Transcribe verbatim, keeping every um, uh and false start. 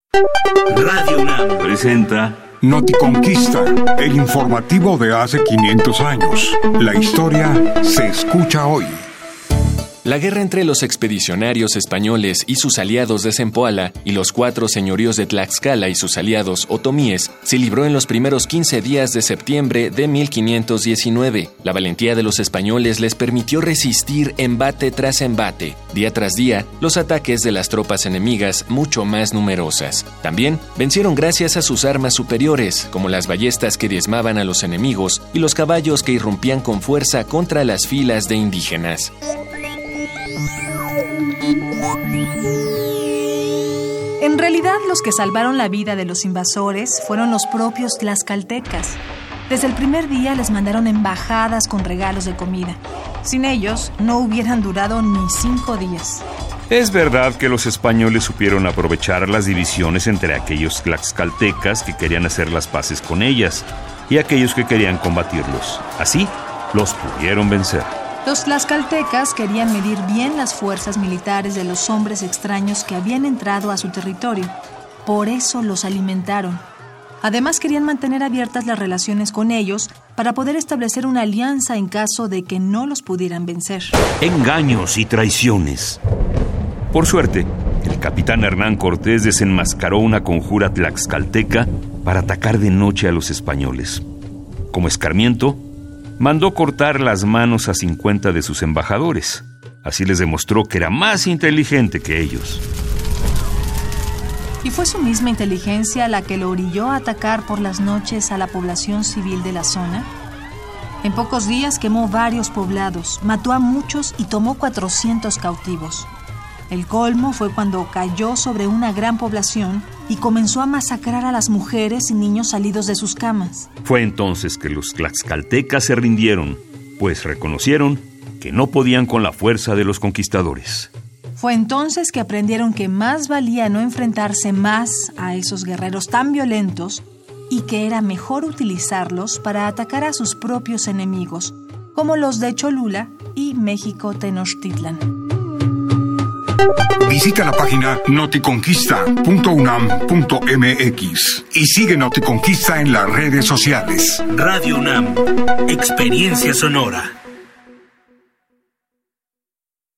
Radio UNAM presenta Noticonquista, el informativo de hace quinientos años. La historia se escucha hoy. La guerra entre los expedicionarios españoles y sus aliados de Zempoala y los cuatro señoríos de Tlaxcala y sus aliados otomíes se libró en los primeros quince días de septiembre de mil quinientos diecinueve. La valentía de los españoles les permitió resistir embate tras embate, día tras día, los ataques de las tropas enemigas mucho más numerosas. También vencieron gracias a sus armas superiores, como las ballestas que diezmaban a los enemigos y los caballos que irrumpían con fuerza contra las filas de indígenas. En realidad, los que salvaron la vida de los invasores fueron los propios tlaxcaltecas. Desde el primer día les mandaron embajadas con regalos de comida. Sin ellos, no hubieran durado ni cinco días. Es verdad que los españoles supieron aprovechar las divisiones entre aquellos tlaxcaltecas que querían hacer las paces con ellas y aquellos que querían combatirlos. Así, los pudieron vencer. Los tlaxcaltecas querían medir bien las fuerzas militares de los hombres extraños que habían entrado a su territorio. Por eso los alimentaron. Además, querían mantener abiertas las relaciones con ellos para poder establecer una alianza en caso de que no los pudieran vencer. Engaños y traiciones. Por suerte, el capitán Hernán Cortés desenmascaró una conjura tlaxcalteca para atacar de noche a los españoles. Como escarmiento, mandó cortar las manos a cincuenta de sus embajadores. Así les demostró que era más inteligente que ellos. Y fue su misma inteligencia la que lo orilló a atacar por las noches a la población civil de la zona. En pocos días quemó varios poblados, mató a muchos y tomó cuatrocientos cautivos. El colmo fue cuando cayó sobre una gran población y comenzó a masacrar a las mujeres y niños salidos de sus camas. Fue entonces que los tlaxcaltecas se rindieron, pues reconocieron que no podían con la fuerza de los conquistadores. Fue entonces que aprendieron que más valía no enfrentarse más a esos guerreros tan violentos y que era mejor utilizarlos para atacar a sus propios enemigos, como los de Cholula y México Tenochtitlan. Visita la página noticonquista punto unam punto mx y sigue Noticonquista en las redes sociales. Radio UNAM, experiencia sonora.